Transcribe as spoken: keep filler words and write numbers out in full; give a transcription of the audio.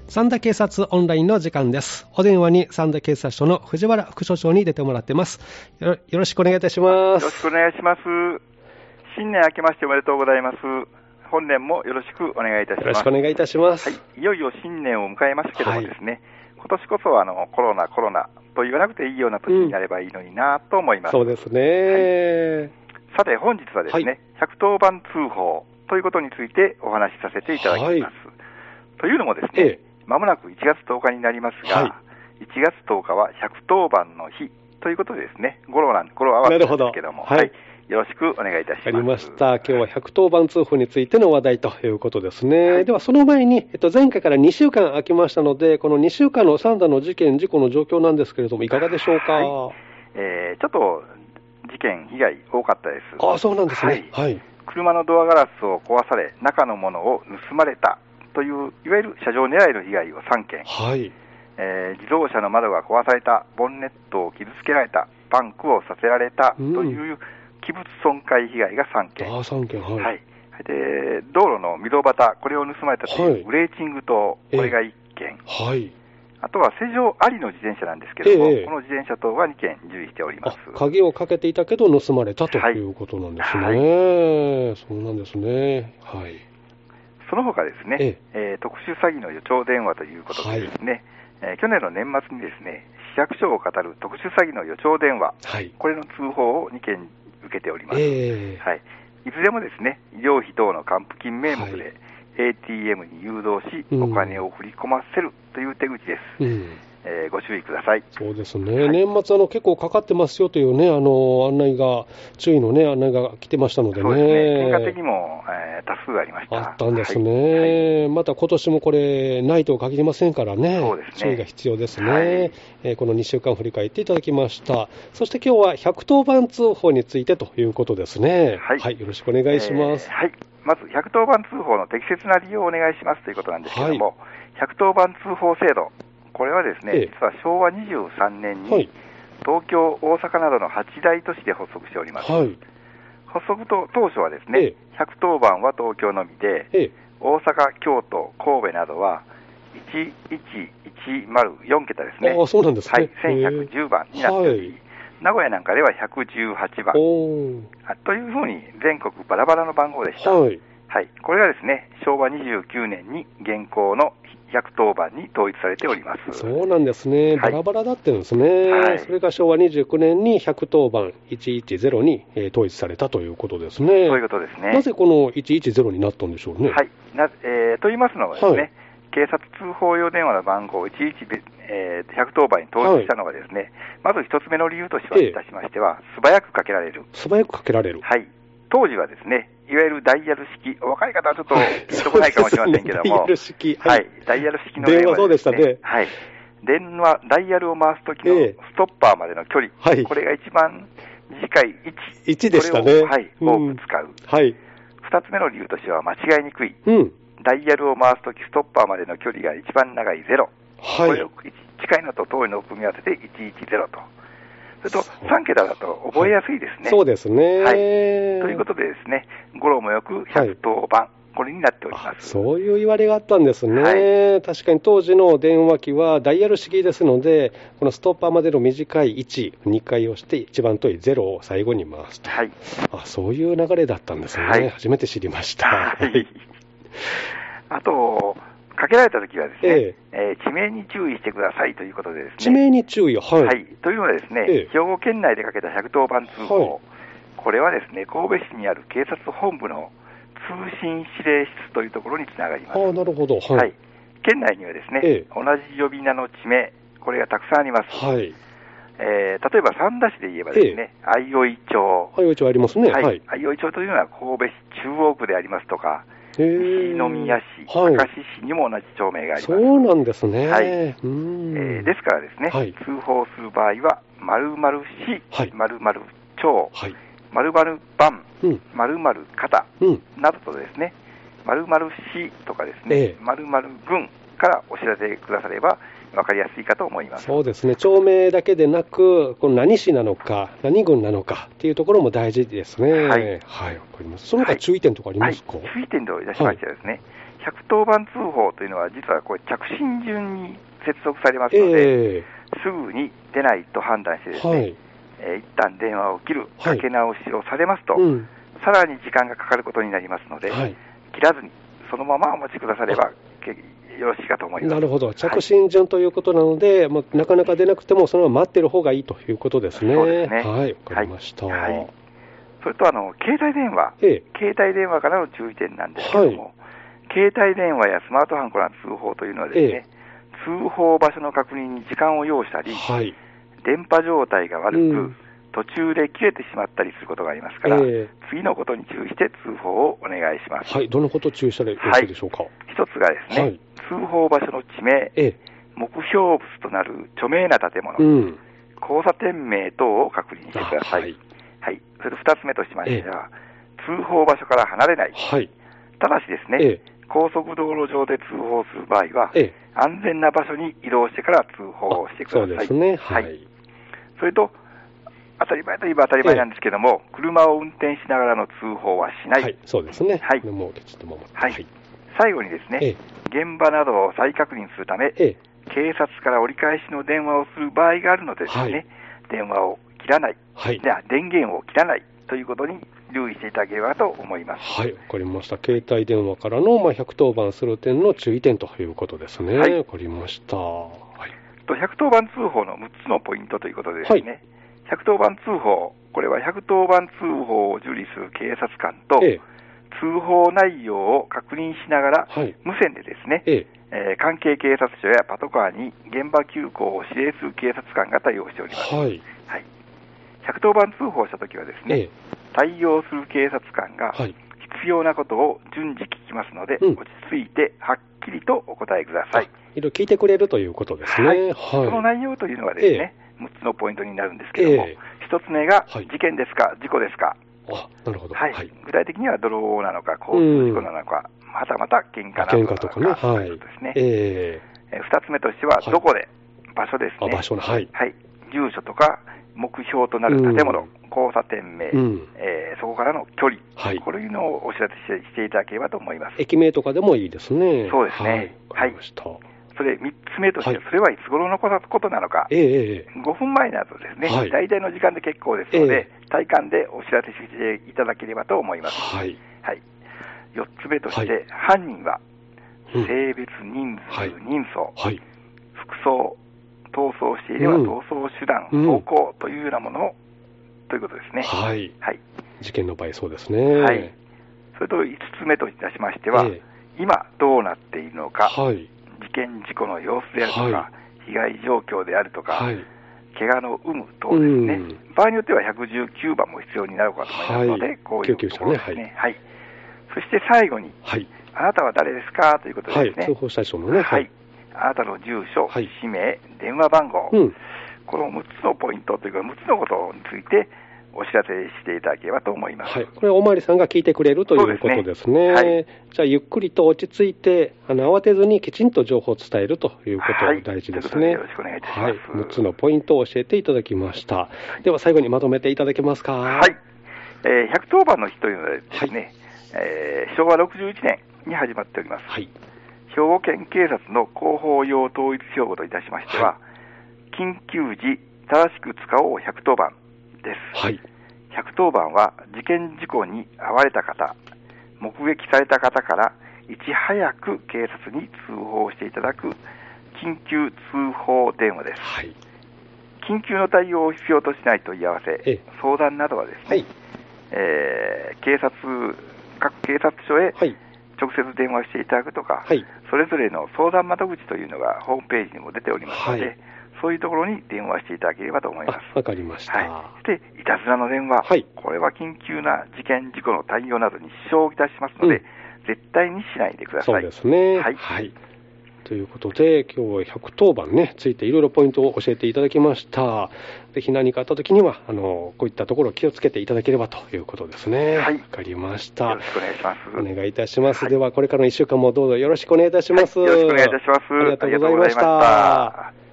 三田警察オンラインの時間です。お電話に三田警察署の藤原副署長に出てもらってます。よろ、よろしくお願いいたします。 よろしくお願いします。新年明けましておめでとうございます。本年もよろしくお願いいたします。 よろしくお願いいたします。 はい、いよいよ新年を迎えましたけどもですね、はい、今年こそはあのコロナコロナと言わなくていいような年になればいいのになと思います。 うん、そうですね、はい。 さて本日はですね、はい、ひゃくとおばん通報ということについてお話しさせていただきます。はい、というのもですね、ええ、まもなくいちがつとおかになりますが、はい、いちがつとおかはひゃくとおばんの日ということでですね、語呂なん語呂合わせなんですけども、はい、よろしくお願いいたします。 わかりました。今日はひゃくとおばん通報についての話題ということですね。はい、ではその前に、えっと、前回からにしゅうかん空きましたので、このにしゅうかんの三田の事件事故の状況なんですけれども、いかがでしょうか。はい、 えー、ちょっと事件被害多かったです。 ああ、そうなんですね。はい。はい、 車のドアガラスを壊され、中のものを盗まれたという、いわゆる車上狙いの被害をさんけん。 はい。 えー、自動車の窓が壊された、ボンネットを傷つけられた、パンクをさせられたという、うん、器物損壊被害がさんけん。 ああ、さんけん。はい。 はい。で、道路の溝端、これを盗まれたという、はい、グレーチング灯、これがいっけん。 はい。 あとは施錠ありの自転車なんですけれども、ええ、この自転車等はにけん受理しております。 鍵をかけていたけど盗まれたということなんですね。はいはい、そうなんですね。はい。 その他ですね、えええー、特殊詐欺の予兆電話ということでですね、はい、えー、去年の年末にですね、市役所を語る特殊詐欺の予兆電話、はい、これの通報をにけん受けております。えーはい、いずれもですね、医療費等の還付金名目で、はい、エーティーエム に誘導し、お金を振り込ませるという手口です。うん、えー、ご注意ください。 そうですね、はい、年末あの結構かかってますよというね、あの案内が、注意のね、案内が来てましたのでね。 そうですね、結果的にも、えー、多数ありました。 あったんですね。はいはい、また今年もこれ、ないとは限りませんからね、 そうですね、 注意が必要ですね。はい、えー、このにしゅうかん振り返っていただきました。そして今日はひゃくとおばん通報についてということですね。はい。はい、よろしくお願いします。 えー、はい。まずひゃくとおばん通報の適切な利用をお願いしますということなんですけれども、はい、ひゃくとおばん通報制度、これはですね、ええ、実はしょうわにじゅうさんねんに、はい、東京、大阪などのはちだい都市で発足しております。はい、発足と当初はですね、ええ、ひゃくとおばんは東京のみで、ええ、大阪、京都、神戸などはいちいちいちまるよんけたですね。 ああ、そうなんですね。 はい、せんひゃくじゅうばんになっており、はい、名古屋なんかではひゃくじゅうはちばんというふうに全国バラバラの番号でした。はいはい、これがですね、しょうわにじゅうきゅうねんに現行のひゃくとおばんに統一されております。 そうなんですね、バラバラだってるんですね。はい、それがしょうわにじゅうきゅうねんにひゃくとおばんいちいちゼロに、えー、統一されたということですね。 そういうことですね。 なぜこのいちいちゼロになったんでしょうね。 はい、なえー、と言いますのはですね、はい、警察通報用電話の番号いちいち、えー、ひゃくとおばんに統一したのがですね、はい、まず一つ目の理由としましては、えー、素早くかけられる。 素早くかけられる。 はい。当時はですね、いわゆるダイヤル式、お若い方はちょっとピンとこないかもしれませんけども、 ダイヤル式、 はい、はい、ダイヤル式の電話、電話そうでしたね。 はい。電話、ダイヤルを回すときのストッパーまでの距離、えー、これが一番短いいち、 いちでしたね。 はい、多く使う。 はい。 二つ目の理由としては間違いにくい。うん。ダイヤルを回すときストッパーまでの距離が一番長いゼロ。はい。これを近いのと遠いのを組み合わせていちいちゼロと。それとさんけただと覚えやすいですね。 そうですね。 はい。ということでですね、語呂もよくひゃくとおばん、はい、これになっております。 そういう言われがあったんですね。はい、確かに当時の電話機はダイヤル式ですので、このストッパーまでの短いいち、にかい押して一番遠いゼロを最後に回すと。はい。あ、そういう流れだったんですね。はい、初めて知りました。はい。 あと、かけられたときはですね、えええー、地名に注意してくださいということでですね。 地名に注意、はい。 はい。というのはですね、ええ、兵庫県内でかけたひゃくとおばん通報、はい、これはですね、神戸市にある警察本部の通信指令室というところにつながります。 ああ、なるほど。はい。 はい、県内にはですね、ええ、同じ呼び名の地名、これがたくさんあります。はい。えー、例えば三田市で言えばですね、相生町。 相生町ありますね。 はい。相生町というのは神戸市中央区でありますとか、西宮市、はい、明石市にも同じ町名があります。 そうなんですね。 はい。えー、ですからですね、はい、通報する場合は、〇〇市、はい、〇〇町、はい、〇〇番、うん、〇〇方、うん、などとですね、〇〇市とかですね、ええ、〇〇郡からお知らせくだされば、分かりやすいかと思います。 そうですね、町名だけでなく、この何市なのか、何郡なのかっていうところも大事ですね。はい、はい、わかります。その他注意点とかありますか？ はいはい、注意点といたしましてはですね、はい、 ひゃくとおばん通報というのは、実はこれ、着信順に接続されますので、えー、すぐに出ないと判断してですね、はい、えー、一旦電話を切る、かけ直しをされますと、はい、うん、さらに時間がかかることになりますので、はい、切らずに、そのままお待ちくださればよろしいかと思います。 なるほど、着信順ということなので、はい、まあ、なかなか出なくても、そのまま待ってる方がいいということですね。 そうですね。 はい、わかりました。はいはい、 それとあの、携帯電話、ええ、携帯電話からの注意点なんですけども、はい、携帯電話やスマートフォンからの通報というのはですね、ええ、通報場所の確認に時間を要したり、はい、電波状態が悪く、うん、途中で切れてしまったりすることがありますから、えー、次のことに注意して通報をお願いします。 はい、どのことを注意したらよろしいでしょうか。はい、 一つがですね、はい、通報場所の地名、えー、目標物となる著名な建物、うん、交差点名等を確認してください。はい、はい、それと二つ目としましては、えー、通報場所から離れない。はい、ただしですね、えー、高速道路上で通報する場合は、えー、安全な場所に移動してから通報をしてください。 そうですね。はい。はい、 それと当たり前といえば当たり前なんですけども、ええ、車を運転しながらの通報はしない。はい、 そうですね。 はい。 もうちょっと守って、 はい。はい。最後にですね、ええ、現場などを再確認するため、ええ、警察から折り返しの電話をする場合があるのでですね、はい、電話を切らない、はい、では電源を切らないということに留意していただければと思います。 はい、わかりました。携帯電話からの、まあ、ひゃくとおばんする点の注意点ということですね。はい、わかりました。はい。 とひゃくとおばん通報のむっつのポイントということでですね、はい、ひゃくとおばん通報、これはひゃくとおばん通報を受理する警察官と、ええ、通報内容を確認しながら、はい、無線でですね、えええー、関係警察署やパトカーに現場急行を指令する警察官が対応しております。はい。はい、ひゃくとおばん通報したときはですね、ええ、対応する警察官が必要なことを順次聞きますので、うん、落ち着いてはっきりとお答えください。 いろいろ聞いてくれるということですね。はいはい、 その内容というのはですね、ええ、むっつのポイントになるんですけども、えー、ひとつめが、はい、事件ですか、事故ですか。 あ、なるほど。 はい。はい、具体的には泥棒なのか、交通事故なのか、またまた喧嘩なのか、喧嘩とかね、はい、ということですね。えー、ふたつめとしては、どこで、はい、場所ですね。 あ、場所の、はい。 はい。住所とか、目標となる建物、交差点名、うん、えー、そこからの距離、はい、こういうのをお知らせしていただければと思います。 駅名とかでもいいですね。 そうですね。はい。はい、それみっつめとして、それはいつ頃のことなのか、ええ、ごふんまえなどですね、はい、大体の時間で結構ですので、え、体感でお知らせしていただければと思います。はい。はい、よっつめとして、はい、犯人は、性別、人数、うん、人相、はい、服装、逃走していれば逃走手段、うん、走行というようなものを、ということですね。はい。はい。 事件の場合そうですね。はい。 それといつつめといたしましては、え、今どうなっているのか、はい、事件事故の様子であるとか、はい、被害状況であるとか、はい、怪我の有無等ですね、うん、場合によってはひゃくじゅうきゅうばんも必要になるかと思いますので、はい、こういうところですね。はい、そして最後に、はい、あなたは誰ですかということですね。 はい、通報した人のね。 はい。あなたの住所、はい、氏名、電話番号、うん、このむっつのポイントというか、むっつのことについて、お知らせしていただければと思います。 はい、これ、おまわりさんが聞いてくれるということですね。はい、じゃあ、ゆっくりと落ち着いて、あの慌てずにきちんと情報を伝えるということが大事ですね。はい、 よろしくお願いいたします。はい、 むっつのポイントを教えていただきました。はい、では、最後にまとめていただけますか。 はい。えー、ひゃくとおばんの日というのはですね、はい、えー、しょうわろくじゅういちねんに始まっております。はい、兵庫県警察の広報用統一標語といたしましては、はい、緊急時正しく使おうひゃくとおばんです。はい。ひゃくとおばんは事件事故に遭われた方、目撃された方からいち早く警察に通報していただく緊急通報電話です。はい、緊急の対応を必要としない問い合わせ、相談などはですね、はい、えー、警察、各警察署へ直接電話していただくとか、はい、それぞれの相談窓口というのがホームページにも出ておりますので、はい、そういうところに電話していただければと思います。 わかりました。 はい。で、いたずらの電話、はい、これは緊急な事件事故の対応などに支障をきたしますので、うん、絶対にしないでください。 そうですね。はい。はい、ということで、今日はひゃくとおばんね、ついていろいろポイントを教えていただきました。ぜひ何かあったときには、あの、こういったところを気をつけていただければということですね。はい。わかりました。 よろしくお願いします。 お願いいたします。はい、では、これからのいっしゅうかんもどうぞよろしくお願いいたします。はい、 よろしくお願いいたします。 ありがとうございました。